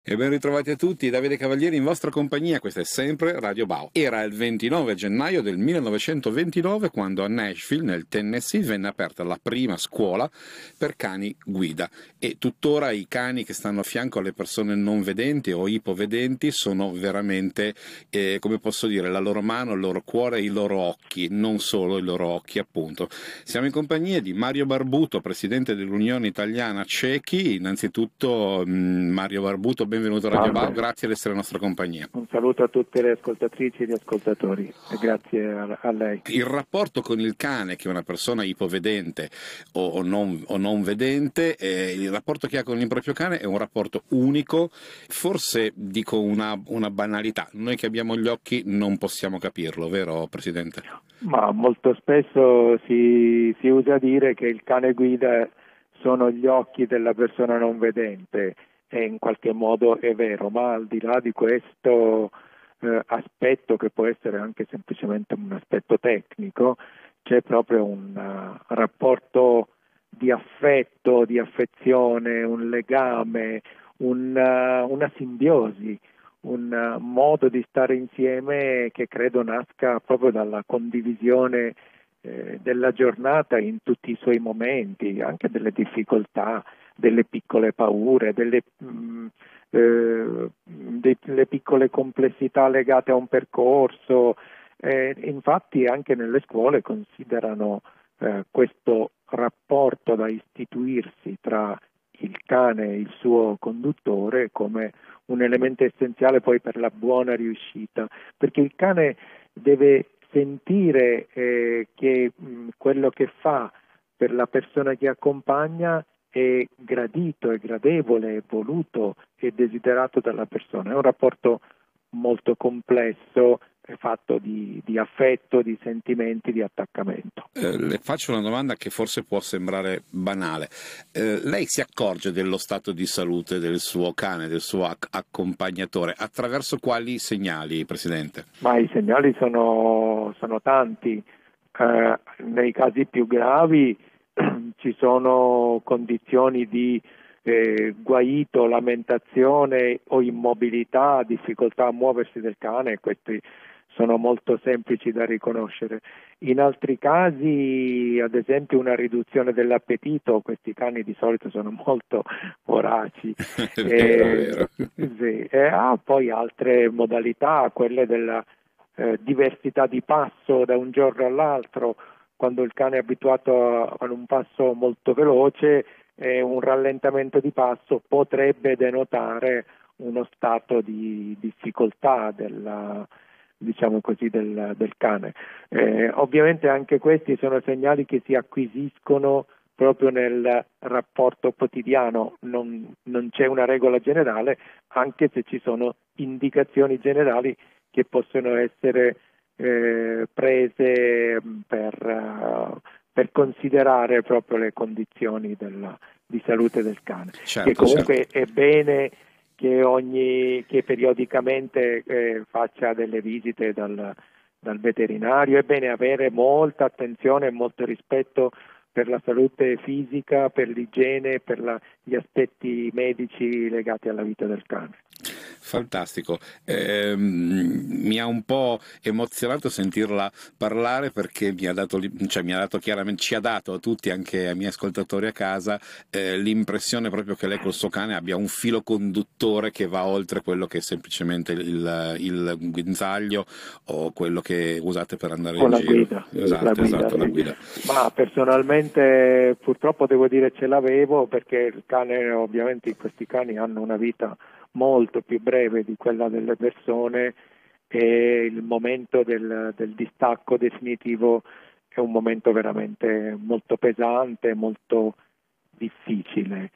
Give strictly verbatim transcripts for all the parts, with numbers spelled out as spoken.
E ben ritrovati a tutti, Davide Cavalieri in vostra compagnia, questa è sempre Radio Bao. Era il ventinove gennaio del millenovecentoventinove quando a Nashville, nel Tennessee, venne aperta la prima scuola per cani guida e tuttora i cani che stanno a fianco alle persone non vedenti o ipovedenti sono veramente, eh, come posso dire, la loro mano, il loro cuore e i loro occhi, non solo i loro occhi appunto. Siamo in compagnia di Mario Barbuto, presidente dell'Unione Italiana Ciechi. Innanzitutto mh, Mario Barbuto, benvenuto a Radio Bao, grazie di essere in nostra compagnia. Un saluto a tutte le ascoltatrici e gli ascoltatori e grazie a, a lei. Il rapporto con il cane, che è una persona ipovedente o, o, non, o non vedente, eh, il rapporto che ha con il proprio cane è un rapporto unico, forse dico una, una banalità, noi che abbiamo gli occhi non possiamo capirlo, vero Presidente? Ma molto spesso si, si usa dire che il cane guida sono gli occhi della persona non vedente. E in qualche modo è vero, ma al di là di questo eh, aspetto, che può essere anche semplicemente un aspetto tecnico, c'è proprio un uh, rapporto di affetto, di affezione, un legame, un, uh, una simbiosi, un uh, modo di stare insieme che credo nasca proprio dalla condivisione eh, della giornata in tutti i suoi momenti, anche delle difficoltà, delle piccole paure, delle, mh, eh, delle piccole complessità legate a un percorso. Eh, infatti anche nelle scuole considerano eh, questo rapporto da istituirsi tra il cane e il suo conduttore come un elemento essenziale poi per la buona riuscita, perché il cane deve sentire eh, che mh, quello che fa per la persona che accompagna è gradito, è gradevole, è voluto e desiderato dalla persona. È un rapporto molto complesso, è fatto di, di affetto, di sentimenti, di attaccamento. Eh, le faccio una domanda che forse può sembrare banale. Eh, lei si accorge dello stato di salute del suo cane, del suo ac- accompagnatore, attraverso quali segnali, Presidente? Ma i segnali sono, sono tanti. Eh, nei casi più gravi ci sono condizioni di eh, guaito, lamentazione o immobilità, difficoltà a muoversi del cane, questi sono molto semplici da riconoscere. In altri casi, ad esempio, una riduzione dell'appetito, questi cani di solito sono molto voraci. È vero, è vero. Sì, e ha poi altre modalità, quelle della eh, diversità di passo da un giorno all'altro. Quando il cane è abituato a un passo molto veloce, eh, un rallentamento di passo potrebbe denotare uno stato di difficoltà della, diciamo così, del, del cane. Eh, ovviamente anche questi sono segnali che si acquisiscono proprio nel rapporto quotidiano, non, non c'è una regola generale, anche se ci sono indicazioni generali che possono essere Eh, prese per, uh, per considerare proprio le condizioni della, di salute del cane. Certo, che comunque certo. è bene che ogni che periodicamente eh, faccia delle visite dal, dal veterinario, è bene avere molta attenzione e molto rispetto per la salute fisica, per l'igiene, per la, gli aspetti medici legati alla vita del cane. Fantastico, eh, mi ha un po' emozionato sentirla parlare perché mi ha dato, cioè mi ha dato chiaramente, ci ha dato a tutti, anche ai miei ascoltatori a casa, eh, l'impressione proprio che lei col suo cane abbia un filo conduttore che va oltre quello che è semplicemente il, il guinzaglio o quello che usate per andare o in la giro. Guida, Esatto, la guida, esatto, sì. la guida. Ma personalmente purtroppo devo dire ce l'avevo, perché il cane, ovviamente questi cani hanno una vita molto più breve di quella delle persone e il momento del, del distacco definitivo è un momento veramente molto pesante, molto difficile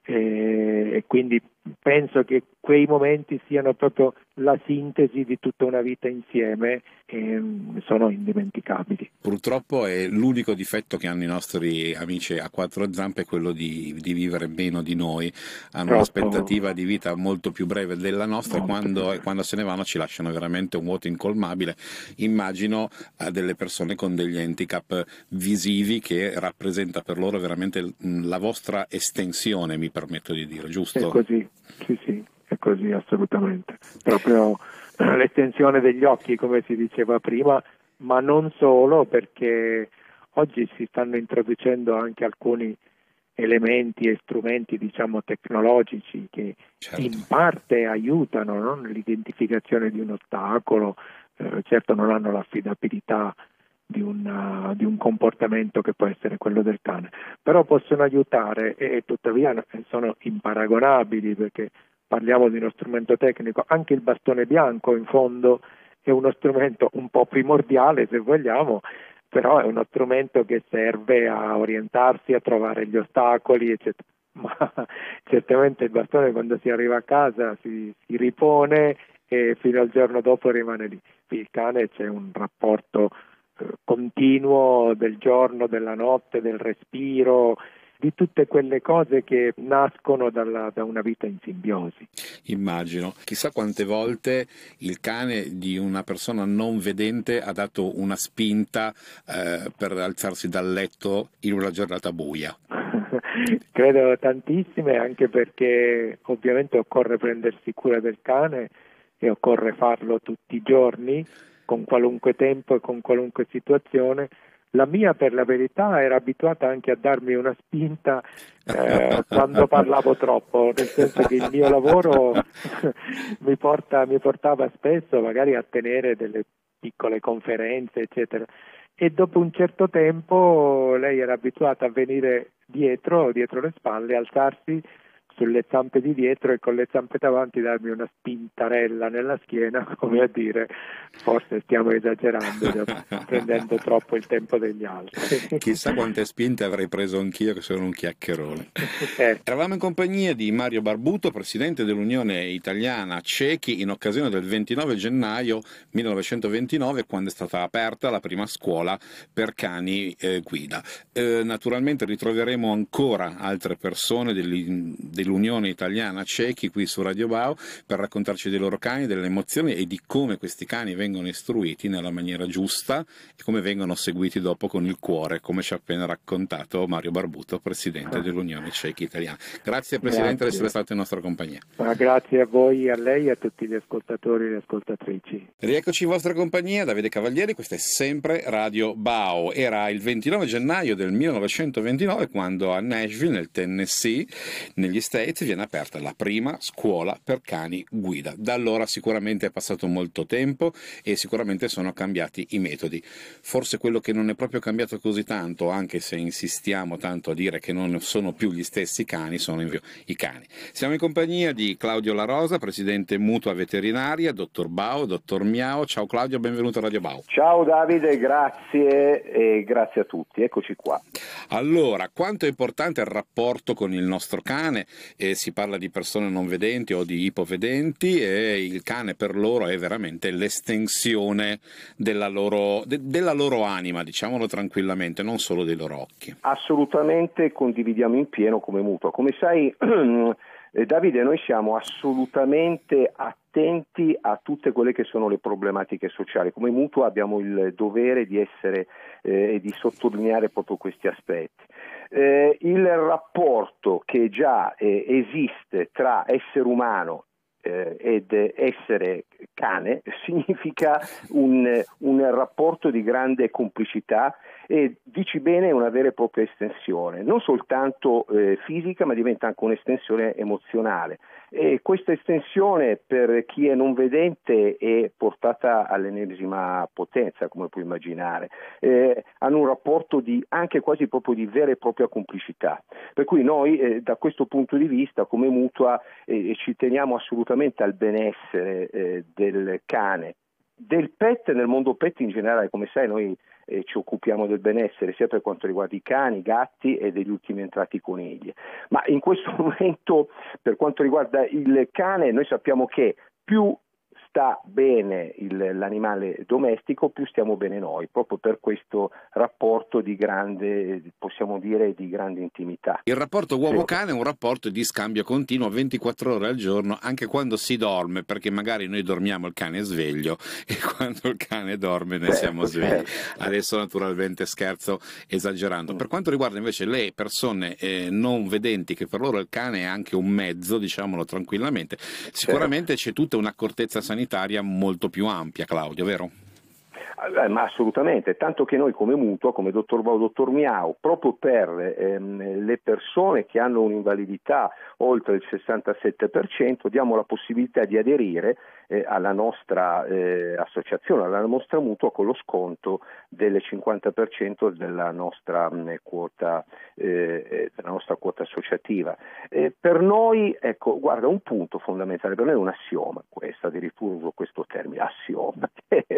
e, e quindi penso che quei momenti siano proprio la sintesi di tutta una vita insieme e sono indimenticabili. Purtroppo è l'unico difetto che hanno i nostri amici a quattro zampe, è quello di, di vivere meno di noi, hanno un'aspettativa di vita molto più breve della nostra e quando, e quando se ne vanno ci lasciano veramente un vuoto incolmabile. Immagino a delle persone con degli handicap visivi che rappresenta per loro veramente la vostra estensione, mi permetto di dire, giusto? È così, sì sì. è così assolutamente. Proprio l'estensione degli occhi, come si diceva prima, ma non solo, perché oggi si stanno introducendo anche alcuni elementi e strumenti, diciamo, tecnologici che Certo. in parte aiutano, no? Nell'identificazione di un ostacolo, eh, certo non hanno l'affidabilità di, una, di un comportamento che può essere quello del cane, però possono aiutare e, e tuttavia sono imparagonabili, perché parliamo di uno strumento tecnico. Anche il bastone bianco in fondo è uno strumento un po' primordiale, se vogliamo, però è uno strumento che serve a orientarsi, a trovare gli ostacoli, eccetera. Ma certamente il bastone, quando si arriva a casa, si, si ripone e fino al giorno dopo rimane lì. Il cane, c'è un rapporto eh, continuo del giorno, della notte, del respiro, di tutte quelle cose che nascono dalla, da una vita in simbiosi. Immagino. Chissà quante volte il cane di una persona non vedente ha dato una spinta eh, per alzarsi dal letto in una giornata buia. Credo tantissime, anche perché ovviamente occorre prendersi cura del cane e occorre farlo tutti i giorni, con qualunque tempo e con qualunque situazione. La mia, per la verità, era abituata anche a darmi una spinta eh, quando parlavo troppo, nel senso che il mio lavoro mi, porta, mi portava spesso magari a tenere delle piccole conferenze, eccetera. E dopo un certo tempo lei era abituata a venire dietro, dietro le spalle, alzarsi sulle zampe di dietro e con le zampe davanti darmi una spintarella nella schiena, come a dire: forse stiamo esagerando, prendendo troppo il tempo degli altri. Chissà quante spinte avrei preso anch'io, che sono un chiacchierone. Eh. Eravamo in compagnia di Mario Barbuto, presidente dell'Unione Italiana Ciechi, in occasione del ventinove gennaio millenovecentoventinove, quando è stata aperta la prima scuola per cani eh, guida. Eh, naturalmente ritroveremo ancora altre persone dell'Unione Italiana Ciechi qui su Radio Bao per raccontarci dei loro cani, delle emozioni e di come questi cani vengono istruiti nella maniera giusta e come vengono seguiti dopo con il cuore, come ci ha appena raccontato Mario Barbuto, presidente dell'Unione Ciechi Italiana. Grazie Presidente di essere stato in nostra compagnia. Ma grazie a voi, a lei e a tutti gli ascoltatori e le ascoltatrici. Rieccoci in vostra compagnia, Davide Cavalieri, questa è sempre Radio Bao. Era il ventinove gennaio del millenovecentoventinove quando a Nashville, nel Tennessee, negli States, viene aperta la prima scuola per cani guida. Da allora sicuramente è passato molto tempo e sicuramente sono cambiati i metodi. Forse quello che non è proprio cambiato così tanto, anche se insistiamo tanto a dire che non sono più gli stessi cani, sono in più i cani. Siamo in compagnia di Claudio La Rosa, presidente Mutua Veterinaria, dottor Bao, dottor Miao. Ciao Claudio, benvenuto a Radio Bao. Ciao Davide, grazie e grazie a tutti, eccoci qua. Allora, quanto è importante il rapporto con il nostro cane? Eh, si parla di persone non vedenti o di ipovedenti e il cane per loro è veramente l'estensione della loro, de, della loro anima, diciamolo tranquillamente, non solo dei loro occhi. Assolutamente condividiamo in pieno come Mutua. Come sai Davide, noi siamo assolutamente attenti a tutte quelle che sono le problematiche sociali. Come Mutua abbiamo il dovere di essere e eh, di sottolineare proprio questi aspetti. Eh, il rapporto che già eh, esiste tra essere umano eh, ed essere cane significa un, un rapporto di grande complicità e, dici bene, una vera e propria estensione, non soltanto eh, fisica, ma diventa anche un'estensione emozionale. E questa estensione, per chi è non vedente, è portata all'ennesima potenza, come puoi immaginare. Eh, hanno un rapporto di anche quasi proprio di vera e propria complicità. Per cui noi eh, da questo punto di vista, come Mutua, eh, ci teniamo assolutamente al benessere eh, del cane, del pet, nel mondo pet in generale. Come sai, noi eh, ci occupiamo del benessere sia per quanto riguarda i cani, i gatti e degli ultimi entrati i conigli. Ma in questo momento, per quanto riguarda il cane, noi sappiamo che più sta bene il, l'animale domestico, più stiamo bene noi, proprio per questo rapporto di grande, possiamo dire, di grande intimità. Il rapporto uomo-cane è un rapporto di scambio continuo ventiquattro ore al giorno, anche quando si dorme, perché magari noi dormiamo, il cane è sveglio, e quando il cane dorme noi certo, siamo svegli. certo. Adesso naturalmente scherzo esagerando. Mm. Per quanto riguarda invece le persone eh, non vedenti, che per loro il cane è anche un mezzo, diciamolo tranquillamente, sicuramente c'è tutta un'accortezza sanitaria molto più ampia, Claudio, vero? Eh, ma assolutamente, tanto che noi come Mutua, come Dottor Bau, Dottor Miau, proprio per ehm, le persone che hanno un'invalidità oltre il sessantasette per cento, diamo la possibilità di aderire eh, alla nostra eh, associazione, alla nostra Mutua, con lo sconto del cinquanta per cento della nostra mh, quota eh, della nostra quota associativa. Eh, per noi, ecco, guarda, un punto fondamentale, per noi è un assioma, questo, addirittura uso questo termine, assioma.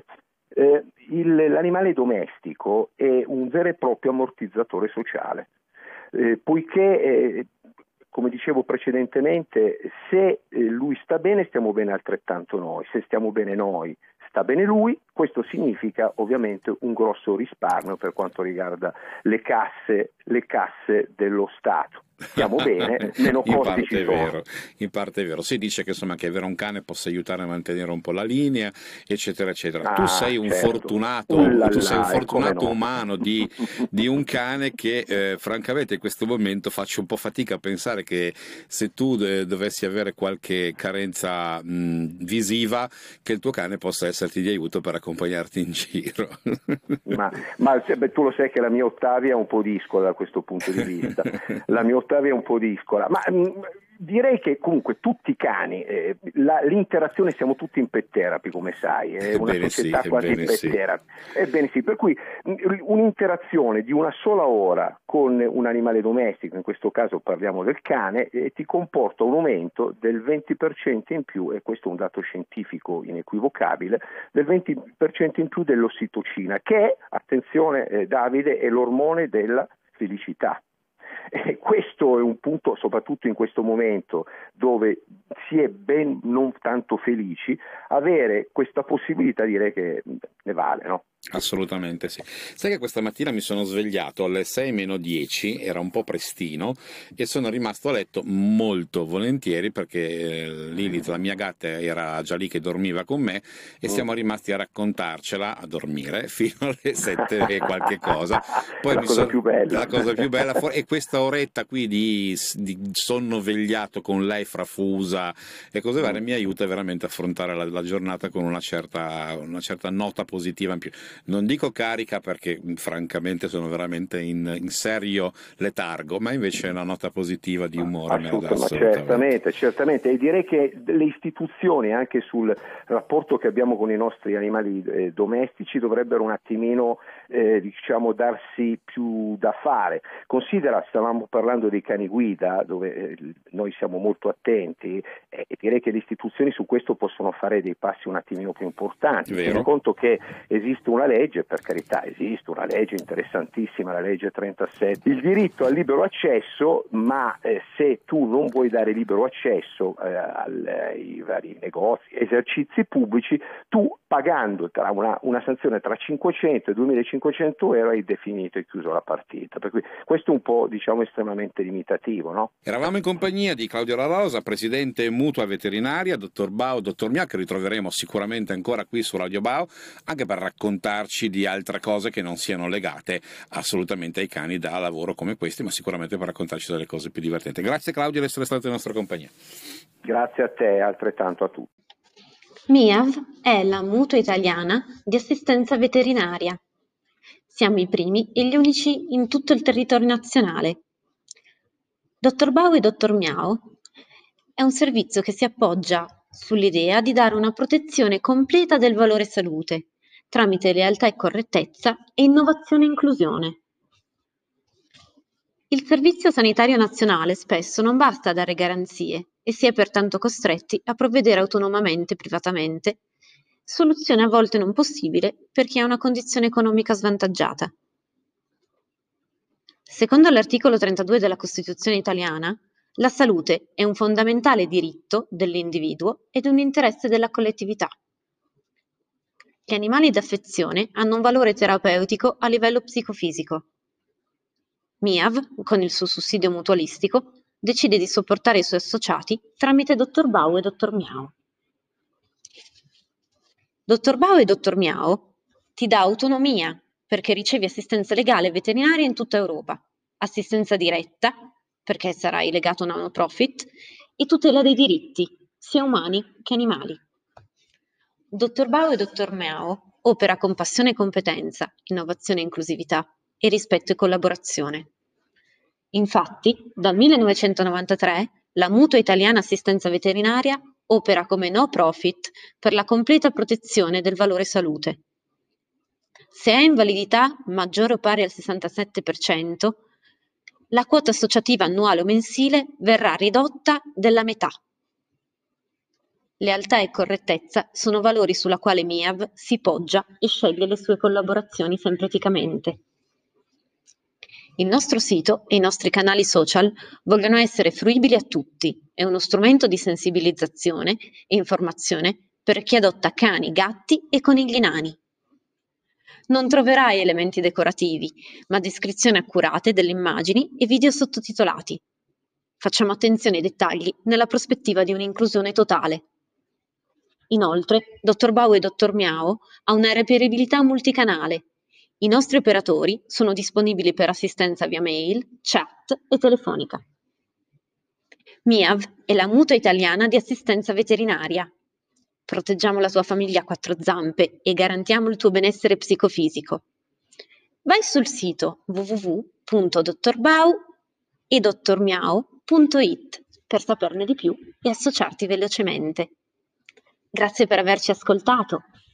Eh, il, l'animale domestico è un vero e proprio ammortizzatore sociale, eh, poiché, eh, come dicevo precedentemente, se eh, lui sta bene, stiamo bene altrettanto noi, se stiamo bene noi, sta bene lui. Questo significa ovviamente un grosso risparmio per quanto riguarda le casse, le casse dello Stato. Stiamo bene, meno costi ci sono. Vero, in parte è vero. Si dice che insomma che avere un cane possa aiutare a mantenere un po' la linea, eccetera, eccetera. Ah, tu sei un certo. fortunato, Ullala, tu sei un fortunato no. umano di, di un cane che eh, francamente in questo momento faccio un po' fatica a pensare che se tu eh, dovessi avere qualche carenza mh, visiva, che il tuo cane possa esserti di aiuto per accompagnarti in giro. ma, ma beh, tu lo sai che la mia Ottavia è un po' discola da questo punto di vista. La mia Ottavia è un po' discola, ma mh, direi che comunque tutti i cani, eh, la, l'interazione, siamo tutti in pet therapy, come sai, è una ebbene società sì, quasi pet sì. therapy. Ebbene sì, per cui mh, un'interazione di una sola ora con un animale domestico, in questo caso parliamo del cane, eh, ti comporta un aumento del venti per cento in più, e questo è un dato scientifico inequivocabile, del venti per cento in più dell'ossitocina, che, attenzione eh, Davide, è l'ormone della felicità. E questo è un punto, soprattutto in questo momento dove si è ben non tanto felici, avere questa possibilità, direi che ne vale, no? Assolutamente sì. Sai che questa mattina mi sono svegliato alle sei meno dieci, era un po' prestino, e sono rimasto a letto molto volentieri perché Lilith, la mia gatta, era già lì che dormiva con me, e siamo rimasti a raccontarcela, a dormire, fino alle sette e qualche cosa. Poi la mi cosa son... più bella. La cosa più bella, e questa oretta qui di, di sonno vegliato con lei frafusa e cose varie mi aiuta veramente a affrontare la, la giornata con una certa, una certa nota positiva in più. Non dico carica perché francamente sono veramente in, in serio letargo, ma invece una nota positiva di umore me la dà assolutamente. Certamente, certamente, e direi che le istituzioni, anche sul rapporto che abbiamo con i nostri animali eh, domestici, dovrebbero un attimino eh, diciamo darsi più da fare. Considera, stavamo parlando dei cani guida, dove eh, noi siamo molto attenti, e eh, direi che le istituzioni su questo possono fare dei passi un attimino più importanti. Tieni conto che esiste una legge, per carità, esiste una legge interessantissima, la legge trentasette, il diritto al libero accesso, ma eh, se tu non vuoi dare libero accesso eh, ai vari negozi, esercizi pubblici, tu pagando tra una, una sanzione tra cinquecento e duemilacinquecento euro hai definito e chiuso la partita. Per cui questo è un po', diciamo, estremamente limitativo, no? Eravamo in compagnia di Claudio La Rosa, presidente Mutua Veterinaria, dottor Bau, dottor Miau, che ritroveremo sicuramente ancora qui su Radio Bau, anche per raccontarci di altre cose che non siano legate assolutamente ai cani da lavoro come questi, ma sicuramente per raccontarci delle cose più divertenti. Grazie Claudio di essere stato in nostra compagnia. Grazie a te, altrettanto a tutti. M I A V è la Mutua Italiana di Assistenza Veterinaria. Siamo i primi e gli unici in tutto il territorio nazionale. dottor Bau e dottor Miau è un servizio che si appoggia sull'idea di dare una protezione completa del valore salute tramite lealtà e correttezza e innovazione e inclusione. Il Servizio Sanitario Nazionale spesso non basta a dare garanzie e si è pertanto costretti a provvedere autonomamente, privatamente, soluzione a volte non possibile per chi ha una condizione economica svantaggiata. Secondo l'articolo trentadue della Costituzione italiana, La salute è un fondamentale diritto dell'individuo ed un interesse della collettività. Gli animali d'affezione hanno un valore terapeutico a livello psicofisico. Miav, con il suo sussidio mutualistico, decide di sopportare i suoi associati tramite dottor Bau e dottor Miao. dottor Bau e dottor Miao ti dà autonomia perché ricevi assistenza legale veterinaria in tutta Europa, assistenza diretta perché sarai legato a una no profit e tutela dei diritti, sia umani che animali. dottor Bau e dottor Miao opera con passione e competenza, innovazione e inclusività e rispetto e collaborazione. Infatti, dal millenovecentonovantatré la Mutua Italiana Assistenza Veterinaria opera come no profit per la completa protezione del valore salute. Se ha invalidità maggiore o pari al sessantasette per cento, la quota associativa annuale o mensile verrà ridotta della metà. Lealtà e correttezza sono valori sulla quale Miav si poggia e sceglie le sue collaborazioni sempre eticamente. Il nostro sito e i nostri canali social vogliono essere fruibili a tutti. È uno strumento di sensibilizzazione e informazione per chi adotta cani, gatti e conigli nani. Non troverai elementi decorativi, ma descrizioni accurate delle immagini e video sottotitolati. Facciamo attenzione ai dettagli nella prospettiva di un'inclusione totale. Inoltre, dottor Bau e dottor Miao ha una reperibilità multicanale. I nostri operatori sono disponibili per assistenza via mail, chat e telefonica. Miav è la Mutua Italiana di Assistenza Veterinaria. Proteggiamo la tua famiglia a quattro zampe e garantiamo il tuo benessere psicofisico. Vai sul sito w w w punto dottor bau e dottor miao punto it per saperne di più e associarti velocemente. Grazie per averci ascoltato.